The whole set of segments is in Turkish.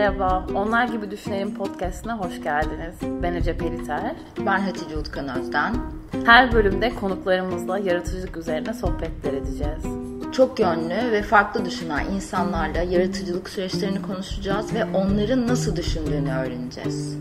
Merhaba, Onlar Gibi Düşünelim podcastına hoş geldiniz. Ben Ece Periter. Ben Hatice Utkan Özden. Her bölümde konuklarımızla yaratıcılık üzerine sohbetler edeceğiz. Çok yönlü ve farklı düşünen insanlarla yaratıcılık süreçlerini konuşacağız ve onların nasıl düşündüğünü öğreneceğiz.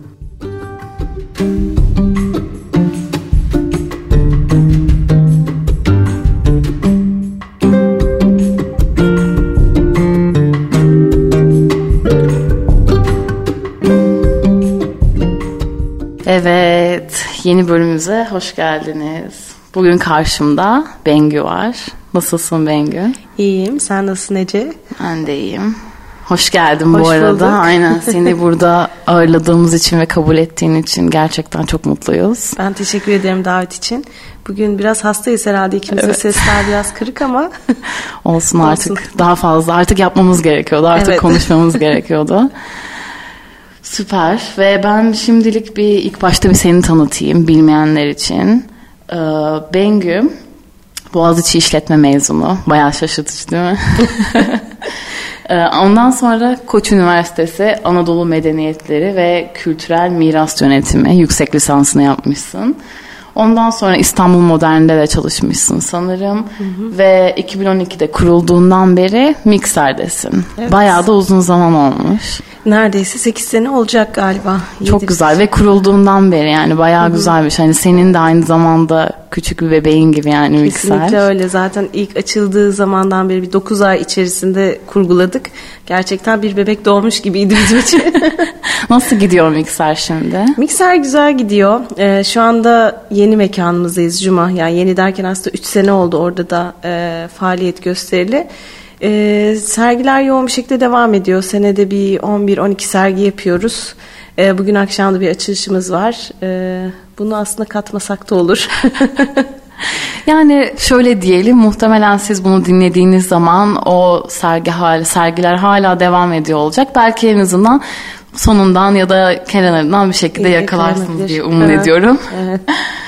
Evet, yeni bölümümüze hoş geldiniz. Bugün karşımda Bengü var. Nasılsın Bengü? İyiyim, sen nasılsın Ece? Ben de iyiyim. Hoş geldin hoş bu arada. Bulduk. Aynen, seni burada ağırladığımız için ve kabul ettiğin için gerçekten çok mutluyuz. Ben teşekkür ederim davet için. Bugün biraz hastayız herhalde, ikimizin evet. Sesler biraz kırık ama olsun artık daha fazla artık yapmamız gerekiyordu, artık evet. Konuşmamız gerekiyordu. Süper. Ve ben şimdilik ilk başta bir seni tanıtayım bilmeyenler için. Bengü Boğaziçi İşletme mezunu. Bayağı şaşırtıcı değil mi? Ondan sonra Koç Üniversitesi Anadolu Medeniyetleri ve Kültürel Miras Yönetimi yüksek lisansını yapmışsın. Ondan sonra İstanbul Modern'de de çalışmışsın sanırım. Hı hı. Ve 2012'de kurulduğundan beri Mikser'desin. Evet. Bayağı da uzun zaman olmuş. Neredeyse 8 sene olacak galiba. Çok güzel ve kurulduğundan beri yani bayağı hı-hı. güzel bir şey. Hani senin de aynı zamanda küçük bir bebeğin gibi yani Mikser. Kesinlikle öyle. Zaten ilk açıldığı zamandan beri bir 9 ay içerisinde kurguladık. Gerçekten bir bebek doğmuş gibiydi bizim için. Nasıl gidiyor Mikser şimdi? Mikser güzel gidiyor. Şu anda yeni mekanımızdayız Cuma. Yani yeni derken aslında 3 sene oldu orada da faaliyet gösterili. Sergiler yoğun bir şekilde devam ediyor. Senede bir 11-12 sergi yapıyoruz. Bugün akşam da bir açılışımız var. Bunu aslında katmasak da olur. Yani şöyle diyelim, muhtemelen siz bunu dinlediğiniz zaman o sergiler hala devam ediyor olacak. Belki en azından sonundan ya da kenarından bir şekilde yakalarsınız diye umut ediyorum. Evet.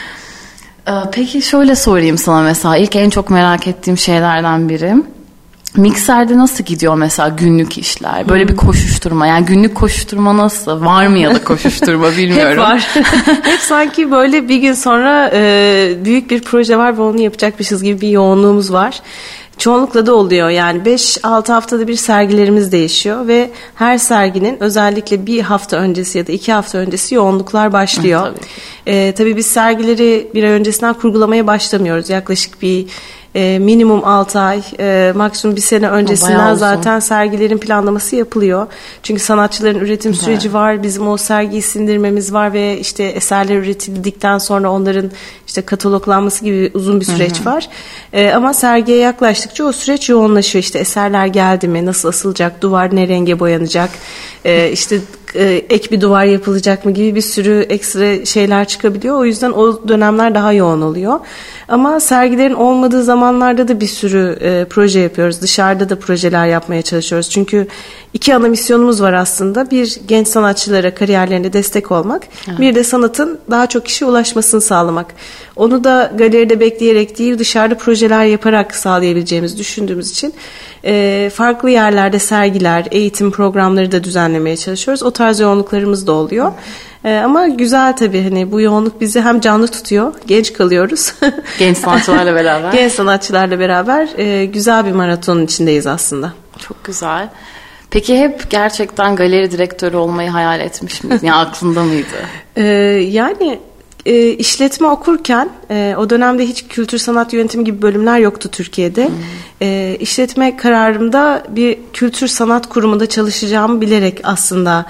Peki şöyle sorayım sana, mesela ilk en çok merak ettiğim şeylerden biri. Mikser'de nasıl gidiyor mesela günlük işler? Böyle bir koşuşturma. Yani günlük koşuşturma nasıl? Var mı ya da koşuşturma bilmiyorum. Hep var. Hep sanki böyle bir gün sonra büyük bir proje var ve onu yapacakmışız gibi bir yoğunluğumuz var. Çoğunlukla da oluyor. Yani 5-6 haftada bir sergilerimiz değişiyor ve her serginin özellikle bir hafta öncesi ya da 2 hafta öncesi yoğunluklar başlıyor. Tabii biz sergileri bir ay öncesinden kurgulamaya başlamıyoruz. Yaklaşık bir minimum 6 ay, maksimum bir sene öncesinden zaten sergilerin planlaması yapılıyor. Çünkü sanatçıların üretim süreci var. Bizim o sergiyi sindirmemiz var ve işte eserler üretildikten sonra onların işte kataloglanması gibi uzun bir süreç var. Ama sergiye yaklaştıkça o süreç yoğunlaşıyor. İşte eserler geldi mi, nasıl asılacak, duvar ne renge boyanacak, işte ek bir duvar yapılacak mı gibi bir sürü ekstra şeyler çıkabiliyor. O yüzden o dönemler daha yoğun oluyor. Ama sergilerin olmadığı zamanlarda da bir sürü proje yapıyoruz. Dışarıda da projeler yapmaya çalışıyoruz. Çünkü 2 ana misyonumuz var aslında. Bir, genç sanatçılara kariyerlerine destek olmak. Evet. Bir de sanatın daha çok kişiye ulaşmasını sağlamak. Onu da galeride bekleyerek değil, dışarıda projeler yaparak sağlayabileceğimizi düşündüğümüz için farklı yerlerde sergiler, eğitim programları da düzenlemeye çalışıyoruz. O tarz yoğunluklarımız da oluyor. Ama güzel tabii, hani bu yoğunluk bizi hem canlı tutuyor, genç kalıyoruz. Genç sanatçılarla beraber. Genç sanatçılarla beraber güzel bir maratonun içindeyiz aslında. Çok güzel. Peki hep gerçekten galeri direktörü olmayı hayal etmiş miydin? Yani aklında mıydı? Yani işletme okurken o dönemde hiç kültür sanat yönetimi gibi bölümler yoktu Türkiye'de. İşletme kararımda bir kültür sanat kurumunda çalışacağımı bilerek aslında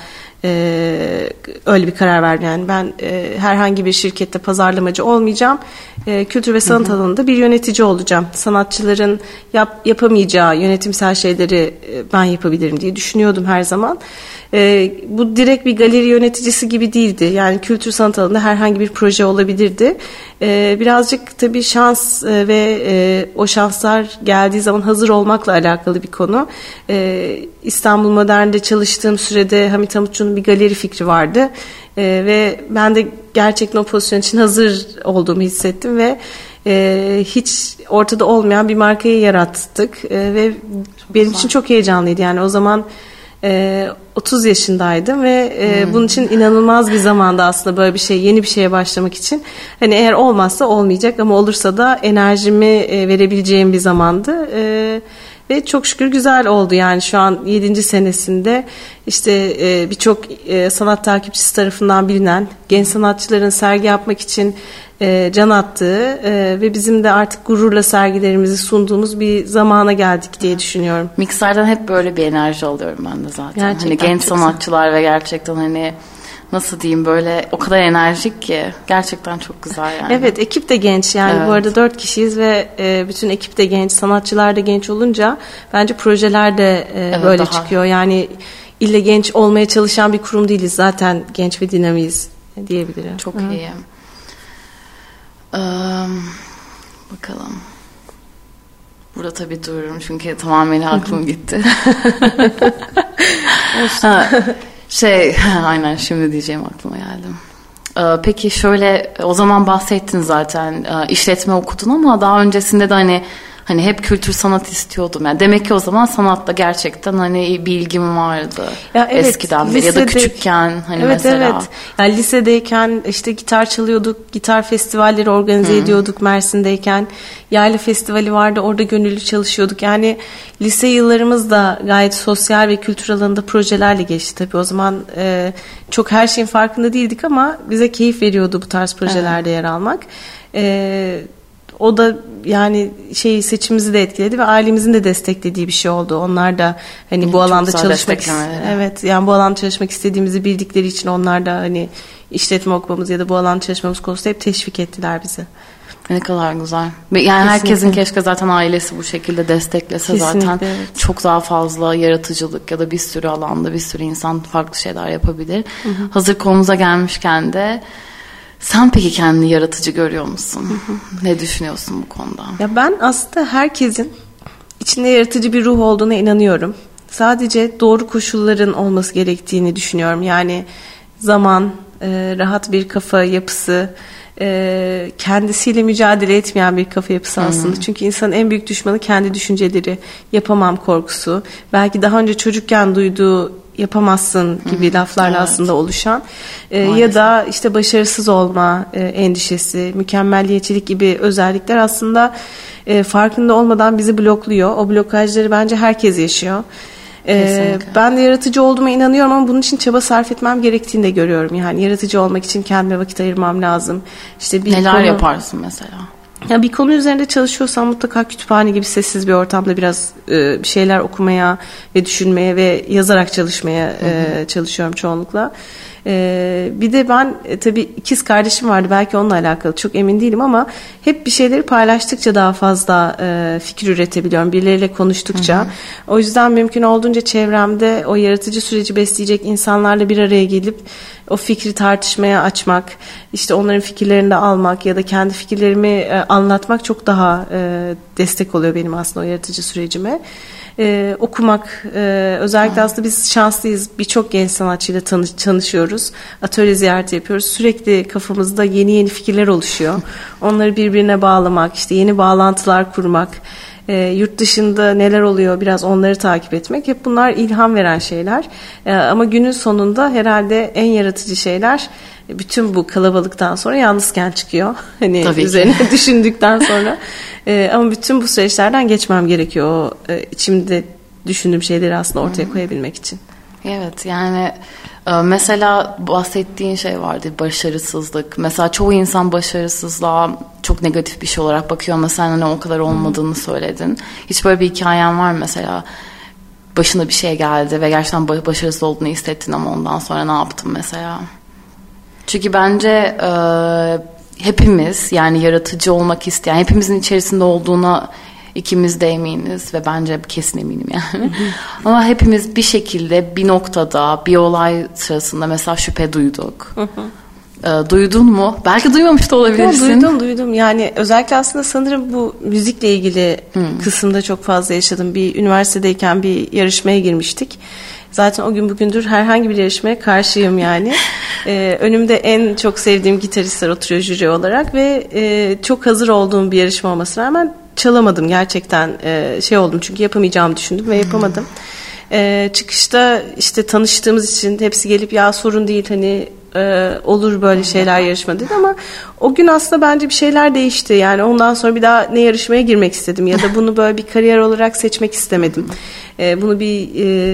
öyle bir karar verdim. Yani ben herhangi bir şirkette pazarlamacı olmayacağım. Kültür ve sanat alanında bir yönetici olacağım. Sanatçıların yapamayacağı yönetimsel şeyleri ben yapabilirim diye düşünüyordum her zaman. Bu direkt bir galeri yöneticisi gibi değildi. Yani kültür sanat alanında herhangi bir proje olabilirdi. Birazcık tabii şans ve o şanslar geldiği zaman hazır olmakla alakalı bir konu. İstanbul Modern'de çalıştığım sürede Hamit Hamutçu'nun bir galeri fikri vardı. Ve ben de gerçekten o pozisyon için hazır olduğumu hissettim ve hiç ortada olmayan bir markayı yarattık ve benim için çok heyecanlıydı. Yani o zaman 30 yaşındaydım ve bunun için inanılmaz bir zamanda aslında böyle bir şey, yeni bir şeye başlamak için. Hani eğer olmazsa olmayacak ama olursa da enerjimi verebileceğim bir zamandı. Ve çok şükür güzel oldu yani şu an 7. senesinde işte birçok sanat takipçisi tarafından bilinen genç sanatçıların sergi yapmak için can attığı ve bizim de artık gururla sergilerimizi sunduğumuz bir zamana geldik diye düşünüyorum. Mikser'den hep böyle bir enerji alıyorum ben de zaten. Gerçekten hani genç sanatçılar güzel. Ve gerçekten hani nasıl diyeyim böyle o kadar enerjik ki gerçekten çok güzel yani. Evet, ekip de genç yani evet. Bu arada 4 kişiyiz ve bütün ekip de genç, sanatçılar da genç olunca bence projeler de evet, böyle daha çıkıyor. Yani ille genç olmaya çalışan bir kurum değiliz zaten, genç ve dinamiyiz diyebilirim. Çok iyi. Bakalım. Burada tabii dururum çünkü tamamen aklım gitti. Aynen şimdi diyeceğim aklıma geldi. Peki şöyle o zaman bahsettin zaten işletme okudun ama daha öncesinde de hani hep kültür sanat istiyordum. Yani demek ki o zaman sanatla gerçekten hani bir ilgim vardı. Ya evet, eskiden beri ya da küçükken hani evet, mesela. Evet. Yani lisedeyken işte gitar çalıyorduk, gitar festivalleri organize ediyorduk Mersin'deyken. Yaylı festivali vardı, orada gönüllü çalışıyorduk. Yani lise yıllarımız da gayet sosyal ve kültür alanında projelerle geçti. Tabii o zaman çok her şeyin farkında değildik ama bize keyif veriyordu bu tarz projelerde yer almak. O da yani seçimimizi de etkiledi ve ailemizin de desteklediği bir şey oldu. Onlar da hani bu alanda çalışmak evet yani bu alanda çalışmak istediğimizi bildikleri için onlar da hani işletme okumamız ya da bu alanda çalışmamız konusunda hep teşvik ettiler bizi. Ne kadar güzel. Yani kesinlikle. Herkesin keşke zaten ailesi bu şekilde desteklese kesinlikle, zaten evet. Çok daha fazla yaratıcılık ya da bir sürü alanda bir sürü insan farklı şeyler yapabilir. Hı-hı. Hazır konumuza gelmişken de sen peki kendini yaratıcı görüyor musun? Hı hı. Ne düşünüyorsun bu konuda? Ya ben aslında herkesin içinde yaratıcı bir ruh olduğuna inanıyorum. Sadece doğru koşulların olması gerektiğini düşünüyorum. Yani zaman, rahat bir kafa yapısı, kendisiyle mücadele etmeyen bir kafa yapısı aslında. Çünkü insanın en büyük düşmanı kendi düşünceleri, yapamam korkusu. Belki daha önce çocukken duyduğu yapamazsın gibi laflarla evet. Aslında oluşan ya da işte başarısız olma endişesi, mükemmelliyetçilik gibi özellikler aslında farkında olmadan bizi blokluyor. O blokajları bence herkes yaşıyor. Ben de yaratıcı olduğuma inanıyorum ama bunun için çaba sarf etmem gerektiğini de görüyorum. Yani yaratıcı olmak için kendime vakit ayırmam lazım. İşte neler yaparsın mesela? Ya bir konu üzerinde çalışıyorsam mutlaka kütüphane gibi sessiz bir ortamda biraz bir şeyler okumaya ve düşünmeye ve yazarak çalışmaya çalışıyorum çoğunlukla. Bir de ben tabii ikiz kardeşim vardı, belki onunla alakalı çok emin değilim ama hep bir şeyleri paylaştıkça daha fazla fikir üretebiliyorum birileriyle konuştukça. O yüzden mümkün olduğunca çevremde o yaratıcı süreci besleyecek insanlarla bir araya gelip o fikri tartışmaya açmak, işte onların fikirlerini de almak ya da kendi fikirlerimi anlatmak çok daha destek oluyor benim aslında o yaratıcı sürecime. Okumak, özellikle aslında biz şanslıyız, birçok genç sanatçıyla tanışıyoruz, atölye ziyareti yapıyoruz, sürekli kafamızda yeni fikirler oluşuyor, onları birbirine bağlamak, işte yeni bağlantılar kurmak, yurt dışında neler oluyor biraz onları takip etmek, hep bunlar ilham veren şeyler. Ama günün sonunda herhalde en yaratıcı şeyler bütün bu kalabalıktan sonra yalnızken çıkıyor. Hani tabii üzerine düşündükten sonra. Ama bütün bu süreçlerden geçmem gerekiyor o içimde düşündüğüm şeyleri aslında ortaya koyabilmek için. Evet, yani mesela bahsettiğin şey vardı, başarısızlık. Mesela çoğu insan başarısızlığa çok negatif bir şey olarak bakıyor ama sen hani o kadar olmadığını söyledin. Hiç böyle bir hikayen var mesela? Başına bir şey geldi ve gerçekten başarısız olduğunu hissettin ama ondan sonra ne yaptın mesela? Çünkü bence hepimiz, yani yaratıcı olmak isteyen, hepimizin içerisinde olduğuna ikimiz de eminiz ve bence kesin eminim yani. Ama hepimiz bir şekilde bir noktada bir olay sırasında mesela şüphe duyduk. Duydun mu? Belki duymamış da olabilirsin. Duydum. Yani özellikle aslında sanırım bu müzikle ilgili kısımda çok fazla yaşadım. Bir üniversitedeyken bir yarışmaya girmiştik. Zaten o gün bugündür herhangi bir yarışmaya karşıyım yani. Önümde en çok sevdiğim gitaristler oturuyor jüri olarak ve çok hazır olduğum bir yarışma olmasına rağmen çalamadım gerçekten. Oldum çünkü yapamayacağımı düşündüm ve yapamadım. Çıkışta işte tanıştığımız için hepsi gelip ya sorun değil hani olur böyle şeyler yarışma dedi ama o gün aslında bence bir şeyler değişti. Yani ondan sonra bir daha ne yarışmaya girmek istedim ya da bunu böyle bir kariyer olarak seçmek istemedim. Bunu bir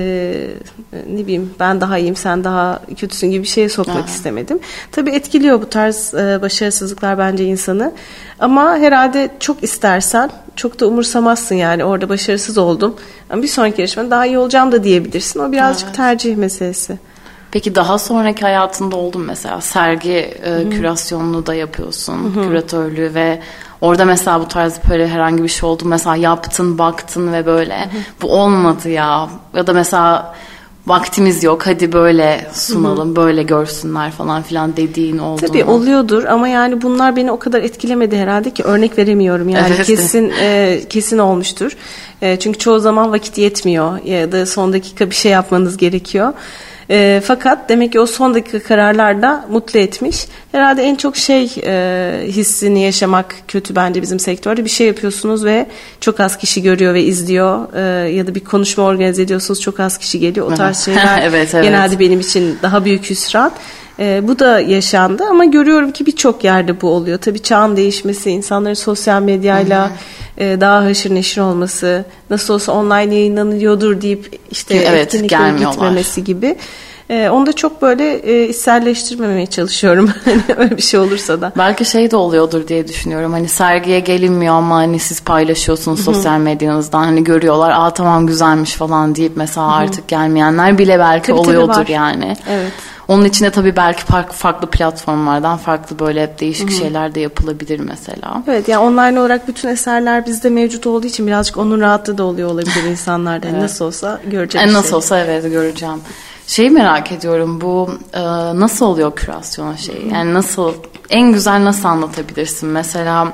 ne bileyim ben daha iyiyim sen daha kötüsün gibi bir şeye sokmak istemedim. Tabii etkiliyor bu tarz başarısızlıklar bence insanı. Ama herhalde çok istersen çok da umursamazsın yani orada başarısız oldum. Ama bir sonraki yarışmada daha iyi olacağım da diyebilirsin. O birazcık tercih meselesi. Peki daha sonraki hayatında oldun mesela sergi kürasyonunu da yapıyorsun, küratörlüğü ve orada mesela bu tarz böyle herhangi bir şey oldu mesela yaptın baktın ve böyle bu olmadı ya da mesela vaktimiz yok hadi böyle sunalım böyle görsünler falan filan dediğin oldu Tabii mu? Oluyordur ama yani bunlar beni o kadar etkilemedi herhalde ki örnek veremiyorum yani kesin olmuştur. Çünkü çoğu zaman vakit yetmiyor ya da son dakika bir şey yapmanız gerekiyor. Fakat demek ki o son dakika kararlar da mutlu etmiş. Herhalde en çok hissini yaşamak kötü bence bizim sektörde. Bir şey yapıyorsunuz ve çok az kişi görüyor ve izliyor. Ya da bir konuşma organize ediyorsunuz çok az kişi geliyor. O tarz şeyler evet. Genelde benim için daha büyük hüsran. Bu da yaşandı ama görüyorum ki birçok yerde bu oluyor. Tabii çağın değişmesi, insanların sosyal medyayla daha haşır neşir olması, nasıl olsa online yayınlanıyordur deyip işte etkinliklere gitmemesi gibi. Onu da çok böyle içselleştirmemeye çalışıyorum. Öyle bir şey olursa da. Belki de oluyordur diye düşünüyorum. Hani sergiye gelinmiyor ama hani siz paylaşıyorsunuz sosyal medyanızdan. Hani görüyorlar tamam güzelmiş falan deyip mesela artık gelmeyenler bile belki tabii, oluyordur yani. Evet. Onun için de tabii belki farklı platformlardan farklı böyle değişik şeyler de yapılabilir mesela. Evet yani online olarak bütün eserler bizde mevcut olduğu için birazcık onun rahatlığı da oluyor olabilir insanlarda. Evet. Nasıl olsa göreceğim. Nasıl olsa evet göreceğim. Merak ediyorum bu nasıl oluyor kürasyon Yani en güzel nasıl anlatabilirsin? Mesela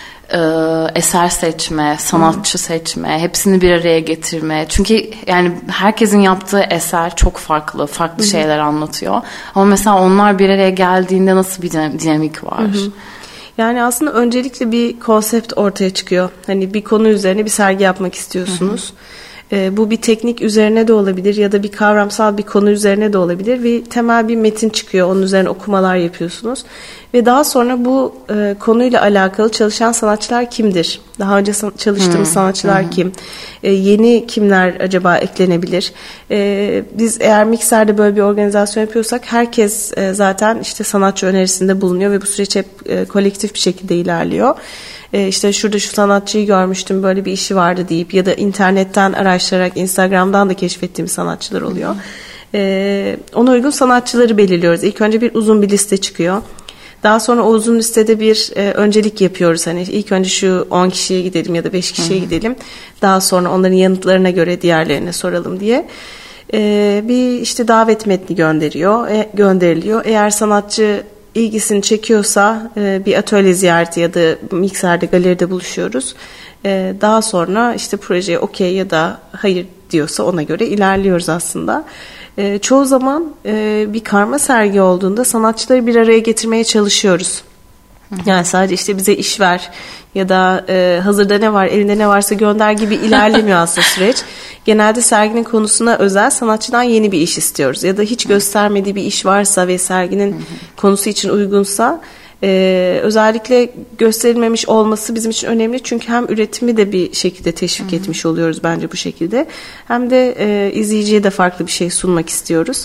eser seçme, sanatçı seçme, hepsini bir araya getirme. Çünkü yani herkesin yaptığı eser çok farklı şeyler anlatıyor. Ama mesela onlar bir araya geldiğinde nasıl bir dinamik var? Yani aslında öncelikle bir konsept ortaya çıkıyor. Hani bir konu üzerine bir sergi yapmak istiyorsunuz. Bu bir teknik üzerine de olabilir ya da bir kavramsal bir konu üzerine de olabilir ve temel bir metin çıkıyor. Onun üzerine okumalar yapıyorsunuz. Ve daha sonra bu konuyla alakalı çalışan sanatçılar kimdir? Daha önce çalıştığımız sanatçılar kim? Yeni kimler acaba eklenebilir? Biz eğer Mikser'de böyle bir organizasyon yapıyorsak herkes zaten işte sanatçı önerisinde bulunuyor ve bu süreç hep kolektif bir şekilde ilerliyor. İşte şurada şu sanatçıyı görmüştüm böyle bir işi vardı deyip ya da internetten araştırarak Instagram'dan da keşfettiğim sanatçılar oluyor. Ona uygun sanatçıları belirliyoruz. İlk önce bir uzun bir liste çıkıyor. Daha sonra o uzun listede bir öncelik yapıyoruz. Hani ilk önce şu 10 kişiye gidelim ya da 5 kişiye gidelim. Daha sonra onların yanıtlarına göre diğerlerine soralım diye. Bir işte davet metni gönderiliyor. Eğer sanatçı ilgisini çekiyorsa bir atölye ziyareti ya da Mikser'de galeride buluşuyoruz. Daha sonra işte projeye okey ya da hayır diyorsa ona göre ilerliyoruz aslında. Çoğu zaman bir karma sergi olduğunda sanatçıları bir araya getirmeye çalışıyoruz. Yani sadece işte bize iş ver ya da hazırda ne var, elinde ne varsa gönder gibi ilerlemiyor aslında süreç. Genelde serginin konusuna özel sanatçıdan yeni bir iş istiyoruz. Ya da hiç göstermediği bir iş varsa ve serginin konusu için uygunsa özellikle gösterilmemiş olması bizim için önemli. Çünkü hem üretimi de bir şekilde teşvik etmiş oluyoruz bence bu şekilde. Hem de izleyiciye de farklı bir şey sunmak istiyoruz.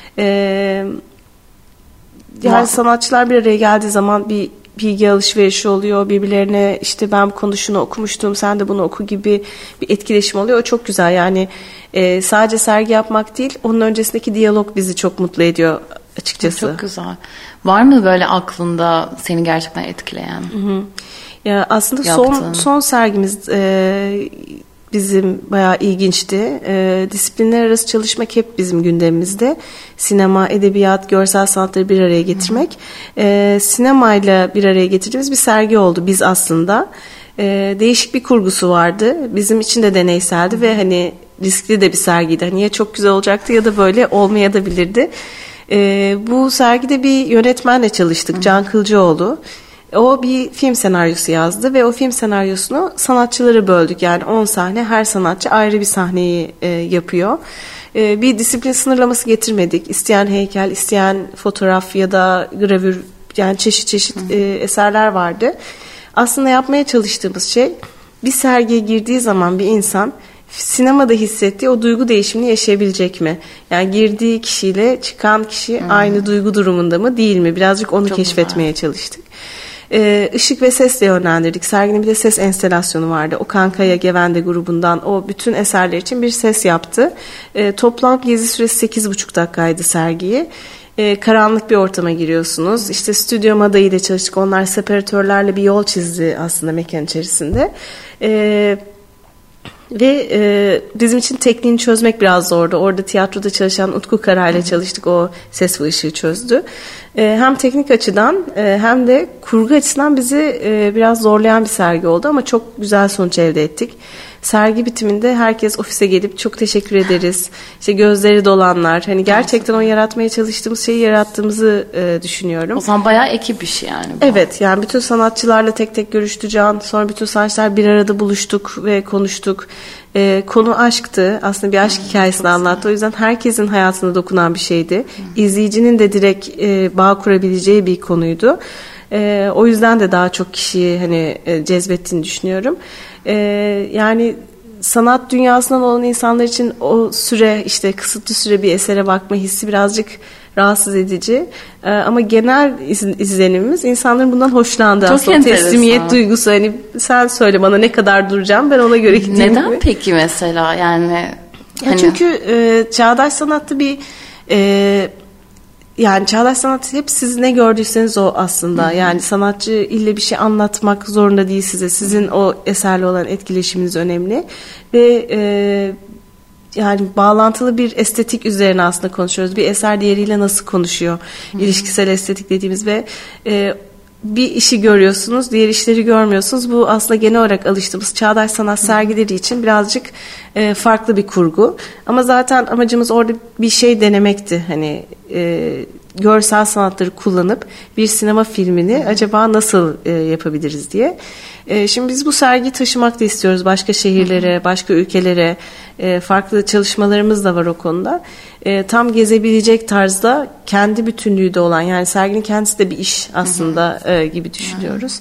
Yani sanatçılar bir araya geldiği zaman bir bilgi alışverişi oluyor. Birbirlerine işte ben bu konu şunu okumuştum sen de bunu oku gibi bir etkileşim oluyor. O çok güzel yani sadece sergi yapmak değil onun öncesindeki diyalog bizi çok mutlu ediyor açıkçası. Çok güzel. Var mı böyle aklında seni gerçekten etkileyen? Ya aslında son sergimiz bizim bayağı ilginçti. Disiplinler arası çalışmak hep bizim gündemimizde. Sinema, edebiyat, görsel sanatları bir araya getirmek. Sinemayla bir araya getirdiğimiz bir sergi oldu biz aslında. Değişik bir kurgusu vardı. Bizim için de deneyseldi ve hani riskli de bir sergiydi. Hani ya çok güzel olacaktı ya da böyle olmayabilirdi. Bu sergide bir yönetmenle çalıştık. Can Kılcıoğlu. O bir film senaryosu yazdı ve o film senaryosunu sanatçılara böldük. Yani 10 sahne, her sanatçı ayrı bir sahneyi yapıyor. Bir disiplin sınırlaması getirmedik. İsteyen heykel, isteyen fotoğraf ya da gravür, yani çeşit eserler vardı. Aslında yapmaya çalıştığımız şey, bir sergiye girdiği zaman bir insan sinemada hissettiği o duygu değişimini yaşayabilecek mi? Yani girdiği kişiyle çıkan kişi aynı duygu durumunda mı değil mi? Birazcık onu çok keşfetmeye çalıştık. Işık ve sesle yönlendirdik. Serginin bir de ses enstalasyonu vardı. Okan Kaya Gevende grubundan o bütün eserler için bir ses yaptı. Toplam gezi süresi 8,5 dakikaydı sergiyi. Karanlık bir ortama giriyorsunuz. İşte Stüdyo Mada ile çalıştık. Onlar separatörlerle bir yol çizdi aslında mekan içerisinde. Ve bizim için tekniğini çözmek biraz zordu. Orada tiyatroda çalışan Utku Kara ile çalıştık. O ses ve ışığı çözdü. Hem teknik açıdan hem de kurgu açısından bizi biraz zorlayan bir sergi oldu ama çok güzel sonuç elde ettik. Sergi bitiminde herkes ofise gelip çok teşekkür ederiz. İşte gözleri dolanlar. Hani gerçekten o yaratmaya çalıştığımız şeyi yarattığımızı düşünüyorum. O zaman bayağı ekip işi yani bu. Evet, yani bütün sanatçılarla tek tek görüştü Can. Sonra bütün sanatçılar bir arada buluştuk ve konuştuk. Konu aşktı. Aslında bir aşk hikayesini anlattı. O yüzden herkesin hayatına dokunan bir şeydi. İzleyicinin de direkt bağ kurabileceği bir konuydu. O yüzden de daha çok kişiyi hani cezbettiğini düşünüyorum. Yani sanat dünyasından olan insanlar için o süre, işte kısıtlı süre bir esere bakma hissi birazcık rahatsız edici. Ama genel izlenimimiz insanların bundan hoşlandı. Çok aslında. Teslimiyet duygusu. Hani sen söyle bana ne kadar duracağım, ben ona göre gideyim. Neden mi? Peki mesela yani? Hani... Çünkü çağdaş sanatta bir yani çağdaş sanat hep siz ne gördüyseniz o aslında. Yani sanatçı ille bir şey anlatmak zorunda değil size. Sizin o eserle olan etkileşiminiz önemli. Ve yani bağlantılı bir estetik üzerine aslında konuşuyoruz. Bir eser diğeriyle nasıl konuşuyor? İlişkisel estetik dediğimiz ve bir işi görüyorsunuz, diğer işleri görmüyorsunuz. Bu aslında genel olarak alıştığımız çağdaş sanat sergileri için birazcık farklı bir kurgu. Ama zaten amacımız orada bir şey denemekti. Hani görsel sanatları kullanıp bir sinema filmini acaba nasıl yapabiliriz diye. Şimdi biz bu sergiyi taşımak da istiyoruz başka şehirlere, başka ülkelere. Farklı çalışmalarımız da var o konuda. Tam gezebilecek tarzda kendi bütünlüğü de olan, yani serginin kendisi de bir iş aslında gibi düşünüyoruz.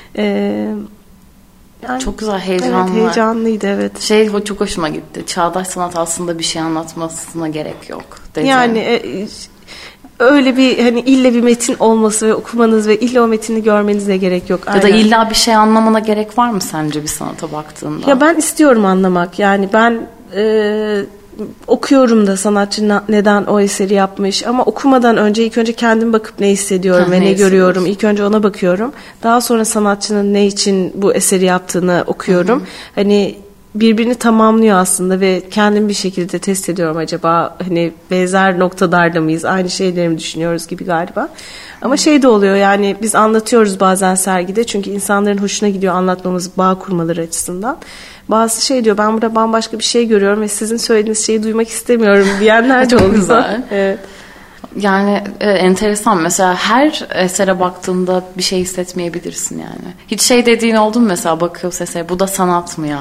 Yani, çok güzel, heyecanlı. Evet, heyecanlıydı, evet. Çok hoşuma gitti. Çağdaş sanat aslında bir şey anlatmasına gerek yok dedi. Yani öyle bir hani illa bir metin olması ve okumanız ve illa o metini görmenize gerek yok. Ya da illa bir şey anlamana gerek var mı sence bir sanata baktığında? Ya ben istiyorum anlamak. Yani ben okuyorum da sanatçı neden o eseri yapmış, ama okumadan önce ilk önce kendim bakıp ne hissediyorum ve ne görüyorum. İlk önce ona bakıyorum. Daha sonra sanatçının ne için bu eseri yaptığını okuyorum. Hani birbirini tamamlıyor aslında ve kendim bir şekilde test ediyorum, acaba hani benzer noktalarda mıyız, aynı şeyleri mi düşünüyoruz gibi galiba. Ama şey de oluyor, yani biz anlatıyoruz bazen sergide çünkü insanların hoşuna gidiyor anlatmamız, bağ kurmaları açısından. Bazı şey diyor, ben burada bambaşka bir şey görüyorum ve sizin söylediğiniz şeyi duymak istemiyorum diyenler de oluyor. Güzel. Evet. Yani enteresan, mesela her esere baktığında bir şey hissetmeyebilirsin yani. Hiç şey dediğin oldu mu mesela, bakıyorsun esere, bu da sanat mı ya?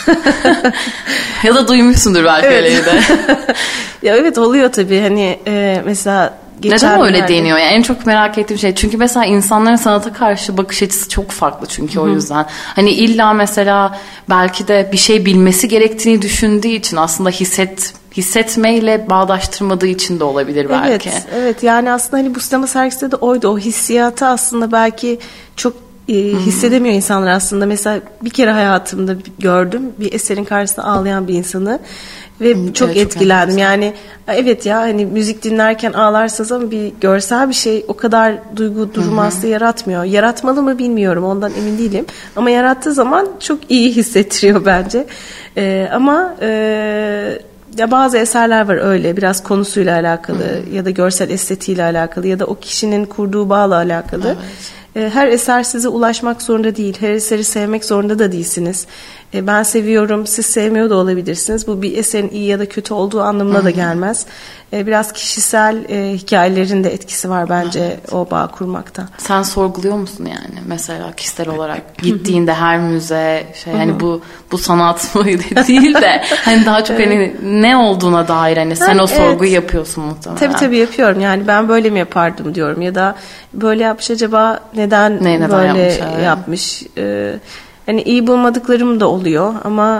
Ya da duymuşsundur belki öyle de. Ya evet, oluyor tabii, hani mesela neden öyle deniyor? Yani en çok merak ettiğim şey. Çünkü mesela insanların sanata karşı bakış açısı çok farklı çünkü o yüzden. Hani illa mesela belki de bir şey bilmesi gerektiğini düşündüğü için aslında hissetmeyle bağdaştırmadığı için de olabilir belki. Evet, yani aslında hani bu sinema sergisinde de oydu. O hissiyatı aslında belki çok hissedemiyor insanlar aslında. Mesela bir kere hayatımda gördüm bir eserin karşısında ağlayan bir insanı. Ve çok etkilendim. Yani evet ya, hani müzik dinlerken ağlarsınız ama bir görsel bir şey o kadar duygu durumu aslında yaratmıyor. Yaratmalı mı bilmiyorum, ondan emin değilim. Ama yarattığı zaman çok iyi hissettiriyor bence. Ama ya bazı eserler var öyle, biraz konusuyla alakalı ya da görsel estetiğiyle alakalı ya da o kişinin kurduğu bağla alakalı. Her eser size ulaşmak zorunda değil. Her eseri sevmek zorunda da değilsiniz. Ben seviyorum, siz sevmiyor da olabilirsiniz. Bu bir eserin iyi ya da kötü olduğu anlamına da gelmez. Biraz kişisel hikayelerin de etkisi var bence o bağ kurmakta. Sen sorguluyor musun yani mesela kişisel olarak gittiğinde her müze hani bu sanat mı değil de hani daha çok hani ne olduğuna dair hani sen o sorguyu yapıyorsun muhtemelen. Tabii yapıyorum. Yani ben böyle mi yapardım diyorum ya da böyle yapmış acaba neden böyle yapmış? Hani iyi bulmadıklarım da oluyor ama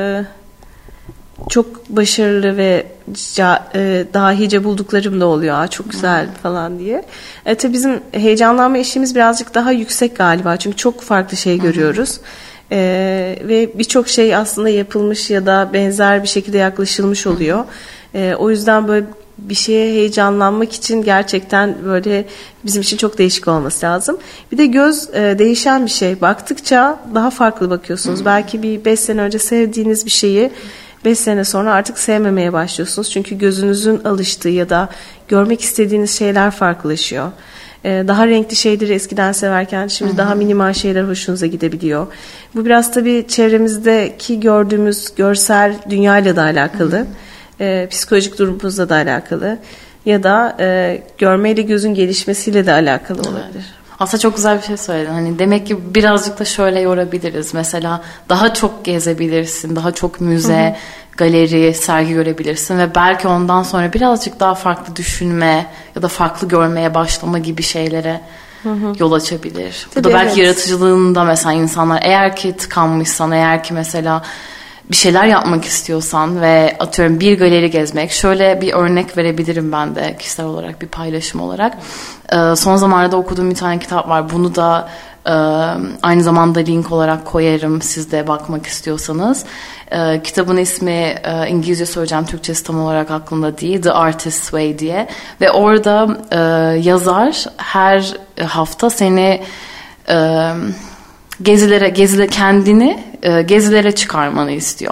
çok başarılı ve dahice bulduklarım da oluyor. Çok güzel falan diye. Tabii bizim heyecanlanma eşiğimiz birazcık daha yüksek galiba. Çünkü çok farklı şey görüyoruz. Ve birçok şey aslında yapılmış ya da benzer bir şekilde yaklaşılmış oluyor. O yüzden böyle bir şeye heyecanlanmak için gerçekten böyle bizim için çok değişik olması lazım. Bir de göz değişen bir şey. Baktıkça daha farklı bakıyorsunuz. Belki bir 5 sene önce sevdiğiniz bir şeyi 5 sene sonra artık sevmemeye başlıyorsunuz. Çünkü gözünüzün alıştığı ya da görmek istediğiniz şeyler farklılaşıyor. Daha renkli şeyleri eskiden severken şimdi daha minimal şeyler hoşunuza gidebiliyor. Bu biraz tabii çevremizdeki gördüğümüz görsel dünyayla da alakalı. Psikolojik durumumuzla da alakalı. Ya da görmeyle gözün gelişmesiyle de alakalı olabilir. Aslında çok güzel bir şey söyledin. Hani demek ki birazcık da şöyle yorabiliriz. Mesela daha çok gezebilirsin, daha çok müze, galeri, sergi görebilirsin ve belki ondan sonra birazcık daha farklı düşünme ya da farklı görmeye başlama gibi şeylere yol açabilir. Tabii bu da belki yaratıcılığında mesela insanlar eğer ki tıkanmışsan, eğer ki mesela bir şeyler yapmak istiyorsan ve atıyorum bir galeri gezmek, şöyle bir örnek verebilirim ben de kişisel olarak bir paylaşım olarak. Son zamanlarda okuduğum bir tane kitap var. Bunu da aynı zamanda link olarak koyarım siz de bakmak istiyorsanız. Kitabın ismi İngilizce söyleyeceğim, Türkçesi tam olarak aklımda değil. The Artist's Way diye. Ve orada yazar her hafta seni kendini gezilere çıkarmanı istiyor.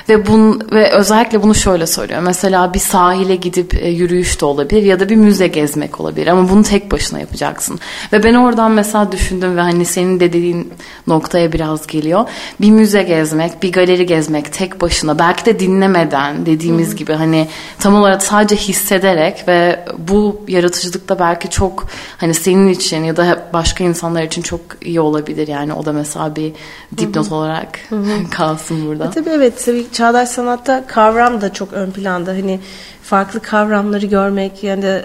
Ve özellikle bunu şöyle söylüyor. Mesela bir sahile gidip yürüyüş de olabilir ya da bir müze gezmek olabilir ama bunu tek başına yapacaksın. Ve ben oradan mesela düşündüm ve hani senin dediğin noktaya biraz geliyor. Bir müze gezmek, bir galeri gezmek tek başına, belki de dinlemeden dediğimiz gibi hani tam olarak sadece hissederek ve bu yaratıcılıkta belki çok hani senin için ya da başka insanlar için çok iyi olabilir. Yani o da mesela bir dipnot olarak kalsın burada. Tabii evet. Tabii çağdaş sanatta kavram da çok ön planda. Hani farklı kavramları görmek yani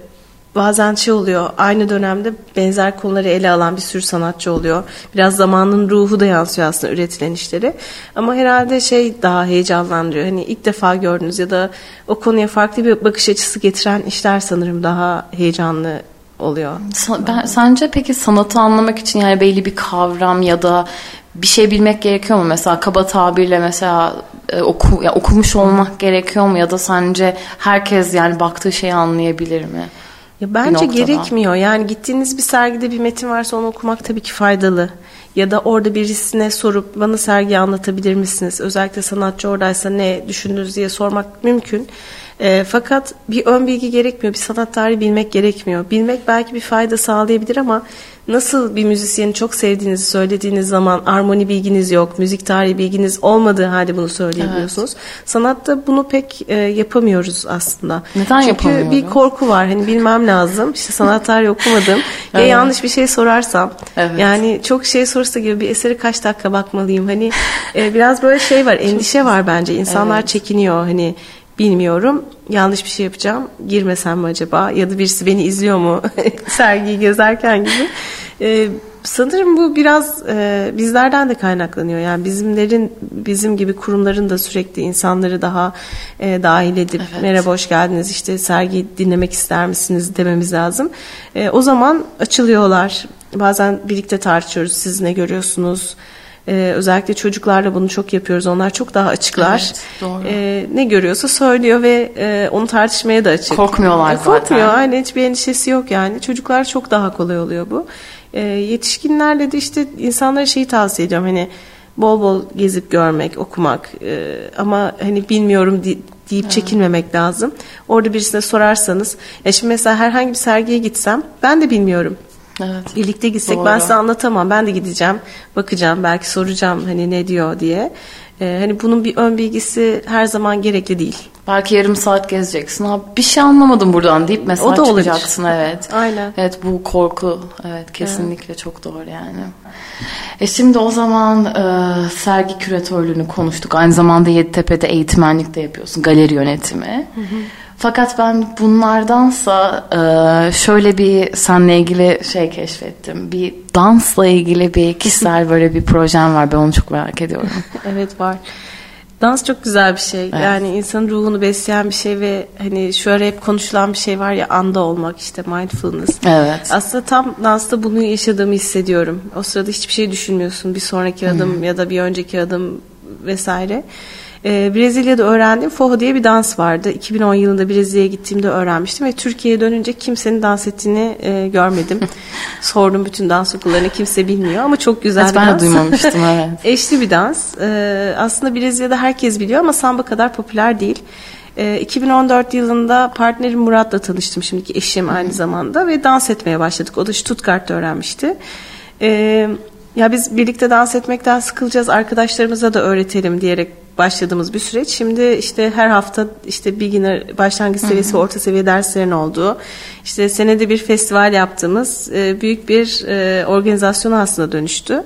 bazen şey oluyor. Aynı dönemde benzer konuları ele alan bir sürü sanatçı oluyor. Biraz zamanın ruhu da yansıyor aslında üretilen işleri. Ama herhalde daha heyecanlandırıyor. Hani ilk defa gördüğünüz ya da o konuya farklı bir bakış açısı getiren işler sanırım daha heyecanlı oluyor. Sence peki sanatı anlamak için yani belli bir kavram ya da bir şey bilmek gerekiyor mu? Mesela kaba tabirle mesela okumuş olmak gerekiyor mu? Ya da sence herkes yani baktığı şeyi anlayabilir mi? Ya bence gerekmiyor. Yani gittiğiniz bir sergide bir metin varsa onu okumak tabii ki faydalı. Ya da orada birisine sorup bana sergiyi anlatabilir misiniz? Özellikle sanatçı oradaysa ne düşündünüz diye sormak mümkün. Fakat bir ön bilgi gerekmiyor. Bir sanat tarihi bilmek gerekmiyor. Bilmek belki bir fayda sağlayabilir ama nasıl bir müzisyeni çok sevdiğinizi söylediğiniz zaman armoni bilginiz yok, müzik tarihi bilginiz olmadığı halde bunu söyleyebiliyorsunuz. Evet. Sanatta bunu pek yapamıyoruz aslında. Neden yapamıyoruz? Çünkü bir korku var. Hani bilmem lazım. İşte sanat tarihi okumadım. Ya yanlış bir şey sorarsam. Evet. Yani çok şey sorsa gibi bir eseri kaç dakika bakmalıyım. Hani biraz böyle var. Endişe var bence. İnsanlar çekiniyor. Hani bilmiyorum. Yanlış bir şey yapacağım. Girmesem mi acaba? Ya da birisi beni izliyor mu? Sergiyi gezerken gibi. Sanırım bu biraz bizlerden de kaynaklanıyor. Yani bizim gibi kurumların da sürekli insanları daha dahil edip merhaba hoş geldiniz işte sergiyi dinlemek ister misiniz dememiz lazım. O zaman açılıyorlar. Bazen birlikte tartışıyoruz. Siz ne görüyorsunuz? Özellikle çocuklarla bunu çok yapıyoruz. Onlar çok daha açıklar. Evet, doğru. Ne görüyorsa söylüyor ve onu tartışmaya da açık. Korkmuyorlar zaten. Korkmuyor. Yani hiçbir endişesi yok yani. Çocuklar çok daha kolay oluyor bu. Yetişkinlerle de işte insanlara şeyi tavsiye ediyorum. Hani bol bol gezip görmek, okumak ama hani bilmiyorum deyip çekinmemek lazım. Orada birisine sorarsanız. Şimdi mesela herhangi bir sergiye gitsem ben de bilmiyorum. Evet. Birlikte gitsek Doğru. ben size anlatamam. Ben de gideceğim, bakacağım, belki soracağım hani ne diyor diye. Hani bunun bir ön bilgisi her zaman gerekli değil. Belki yarım saat gezeceksin. Abi bir şey anlamadım buradan deyip mesela çıkacaksın. Evet. Aynen. Evet, bu korku. Evet, kesinlikle çok doğru yani. Şimdi o zaman sergi küratörlüğünü konuştuk. Aynı zamanda Yeditepe'de eğitmenlik de yapıyorsun. Galeri yönetimi. Hı hı. Fakat ben bunlardansa şöyle bir seninle ilgili şey keşfettim. Bir dansla ilgili bir kişisel böyle bir projem var. Ben onu çok merak ediyorum. Evet, var. Dans çok güzel bir şey. Evet. Yani insanın ruhunu besleyen bir şey ve hani şu ara hep konuşulan bir şey var ya, anda olmak, işte mindfulness. Evet. Aslında tam dansta bunu yaşadığımı hissediyorum. O sırada hiçbir şey düşünmüyorsun. Bir sonraki adım ya da bir önceki adım vesaire. Brezilya'da öğrendiğim Forró diye bir dans vardı. 2010 yılında Brezilya'ya gittiğimde öğrenmiştim ve Türkiye'ye dönünce kimsenin dans ettiğini görmedim. Sordum bütün dans okullarına, kimse bilmiyor ama çok güzel bir dans. Ben de duymamıştım, evet. Eşli bir dans. Aslında Brezilya'da herkes biliyor ama samba kadar popüler değil. 2014 yılında partnerim Murat'la tanıştım, şimdiki eşim aynı zamanda, ve dans etmeye başladık. O da Stuttgart'ta öğrenmişti. Ya biz birlikte dans etmekten sıkılacağız, arkadaşlarımıza da öğretelim diyerek başladığımız bir süreç. Şimdi işte her hafta işte beginner, başlangıç seviyesi, orta seviye derslerin olduğu, işte senede bir festival yaptığımız büyük bir organizasyona aslında dönüştü.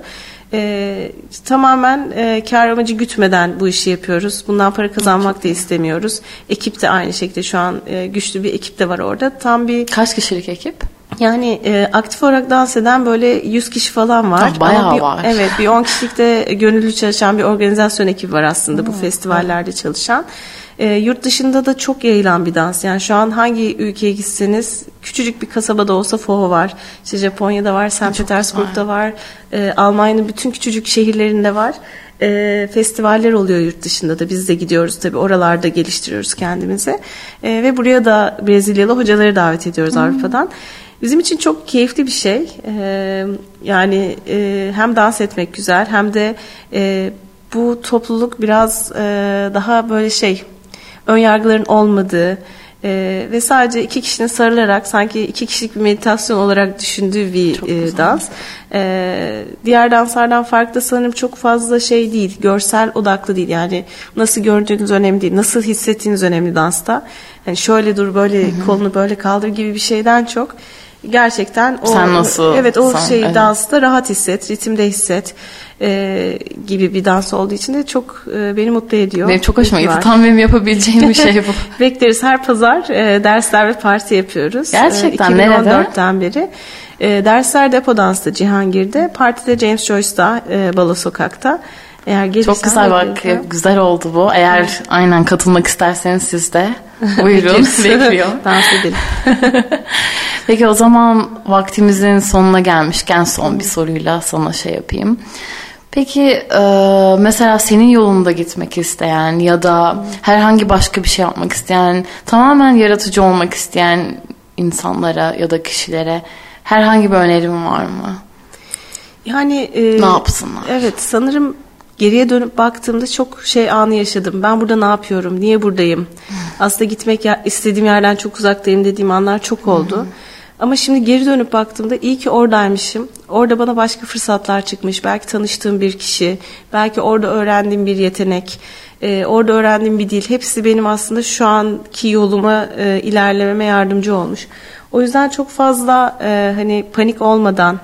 Tamamen kar amacı gütmeden bu işi yapıyoruz. Bundan para kazanmak da istemiyoruz. Ekip de aynı şekilde, şu an güçlü bir ekip de var orada. Tam bir... Kaç kişilik ekip? Yani aktif olarak dans eden böyle 100 kişi falan var. Bayağı var. Evet, bir 10 kişilik de gönüllü çalışan bir organizasyon ekibi var aslında bu festivallerde çalışan. Yurt dışında da çok yayılan bir dans. Yani şu an hangi ülkeye gitseniz küçücük bir kasabada olsa Forró var. İşte Japonya'da var, St. Petersburg'da var. Almanya'nın bütün küçücük şehirlerinde var. Festivaller oluyor yurt dışında da. Biz de gidiyoruz tabii, oralarda geliştiriyoruz kendimizi. Ve buraya da Brezilyalı hocaları davet ediyoruz Avrupa'dan. Bizim için çok keyifli bir şey. Yani hem dans etmek güzel, hem de bu topluluk biraz daha böyle ön yargıların olmadığı ve sadece iki kişinin sarılarak sanki 2 kişilik bir meditasyon olarak düşündüğü bir dans. Diğer danslardan farklı sanırım çok fazla değil, görsel odaklı değil. Yani nasıl gördüğünüz önemli değil, nasıl hissettiğiniz önemli dansta. Yani şöyle dur, böyle kolunu böyle kaldır gibi bir şeyden çok gerçekten o, sen nasıl, evet, o evet. Dansta rahat hisset, ritimde hisset gibi bir dans olduğu için de çok beni mutlu ediyor. Benim çok hoşuma gitti. Tam benim yapabileceğim bir şey bu. Bekleriz. Her pazar dersler ve parti yapıyoruz. Gerçekten 2014'ten beri. Dersler Depo Dans'ta Cihangir'de, partide James Joyce'da Balo Sokak'ta. Eğer çok güzel, bak güzel oldu bu. Eğer aynen katılmak isterseniz siz de buyurun, bekliyor. Dans edelim. Peki o zaman vaktimizin sonuna gelmişken son bir soruyla sana yapayım. Peki mesela senin yolunda gitmek isteyen ya da herhangi başka bir şey yapmak isteyen, tamamen yaratıcı olmak isteyen insanlara ya da kişilere herhangi bir önerim var mı? Yani ne yapsınlar? Evet, sanırım geriye dönüp baktığımda çok anı yaşadım. Ben burada ne yapıyorum? Niye buradayım? Aslında gitmek istediğim yerden çok uzaktayım dediğim anlar çok oldu. Ama şimdi geri dönüp baktığımda iyi ki oradaymışım. Orada bana başka fırsatlar çıkmış. Belki tanıştığım bir kişi, belki orada öğrendiğim bir yetenek, orada öğrendiğim bir dil. Hepsi benim aslında şu anki yoluma ilerlememe yardımcı olmuş. O yüzden çok fazla panik olmadan,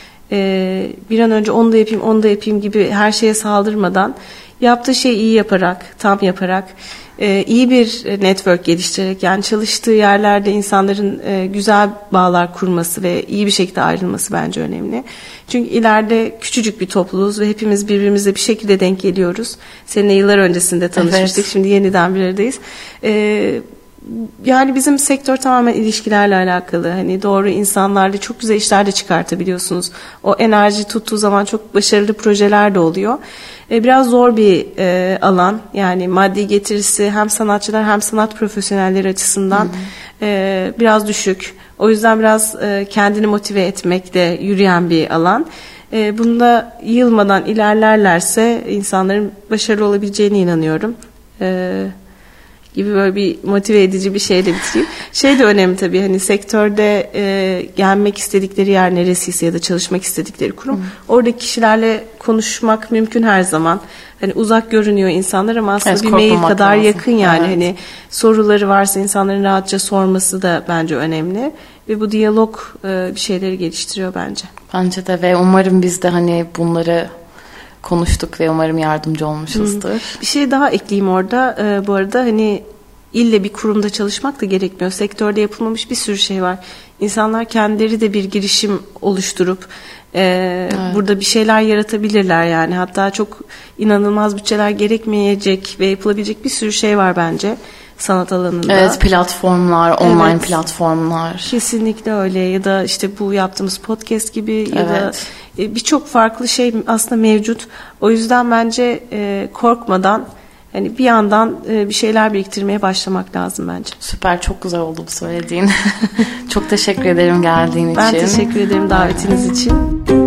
bir an önce onu da yapayım gibi her şeye saldırmadan, yaptığı şeyi iyi yaparak, tam yaparak, iyi bir network geliştirerek, yani çalıştığı yerlerde insanların güzel bağlar kurması ve iyi bir şekilde ayrılması bence önemli. Çünkü ileride küçücük bir topluluğuz ve hepimiz birbirimize bir şekilde denk geliyoruz. Seninle yıllar öncesinde tanışmıştık, evet. Şimdi yeniden bir aradayız. Yani bizim sektör tamamen ilişkilerle alakalı. Doğru insanlarla çok güzel işler de çıkartabiliyorsunuz. O enerji tuttuğu zaman çok başarılı projeler de oluyor. Biraz zor bir alan. Yani maddi getirisi hem sanatçılar hem sanat profesyonelleri açısından biraz düşük. O yüzden biraz kendini motive etmekle yürüyen bir alan. Bunda yılmadan ilerlerlerse insanların başarılı olabileceğine inanıyorum. gibi böyle bir motive edici bir şeyle bitireyim. Şey de önemli tabii, hani sektörde gelmek istedikleri yer neresiyse ya da çalışmak istedikleri kurum, oradaki kişilerle konuşmak mümkün her zaman. Hani uzak görünüyor insanlar ama aslında bir mail kadar lazım. Yakın yani. Evet. Hani soruları varsa insanların rahatça sorması da bence önemli. Ve bu diyalog bir şeyleri geliştiriyor bence. Bence de, ve umarım biz de hani bunları konuştuk ve umarım yardımcı olmuşuzdur. Bir şey daha ekleyeyim orada. Bu arada hani ille bir kurumda çalışmak da gerekmiyor. Sektörde yapılmamış bir sürü şey var. İnsanlar kendileri de bir girişim oluşturup burada bir şeyler yaratabilirler yani. Hatta çok inanılmaz bütçeler gerekmeyecek ve yapılabilecek bir sürü şey var bence sanat alanında. Evet, platformlar, online platformlar. Kesinlikle öyle, ya da işte bu yaptığımız podcast gibi ya da birçok farklı şey aslında mevcut. O yüzden bence korkmadan hani bir yandan bir şeyler biriktirmeye başlamak lazım bence. Süper, çok güzel oldu bu söylediğin. Çok teşekkür ederim geldiğin için. Ben teşekkür ederim davetiniz için.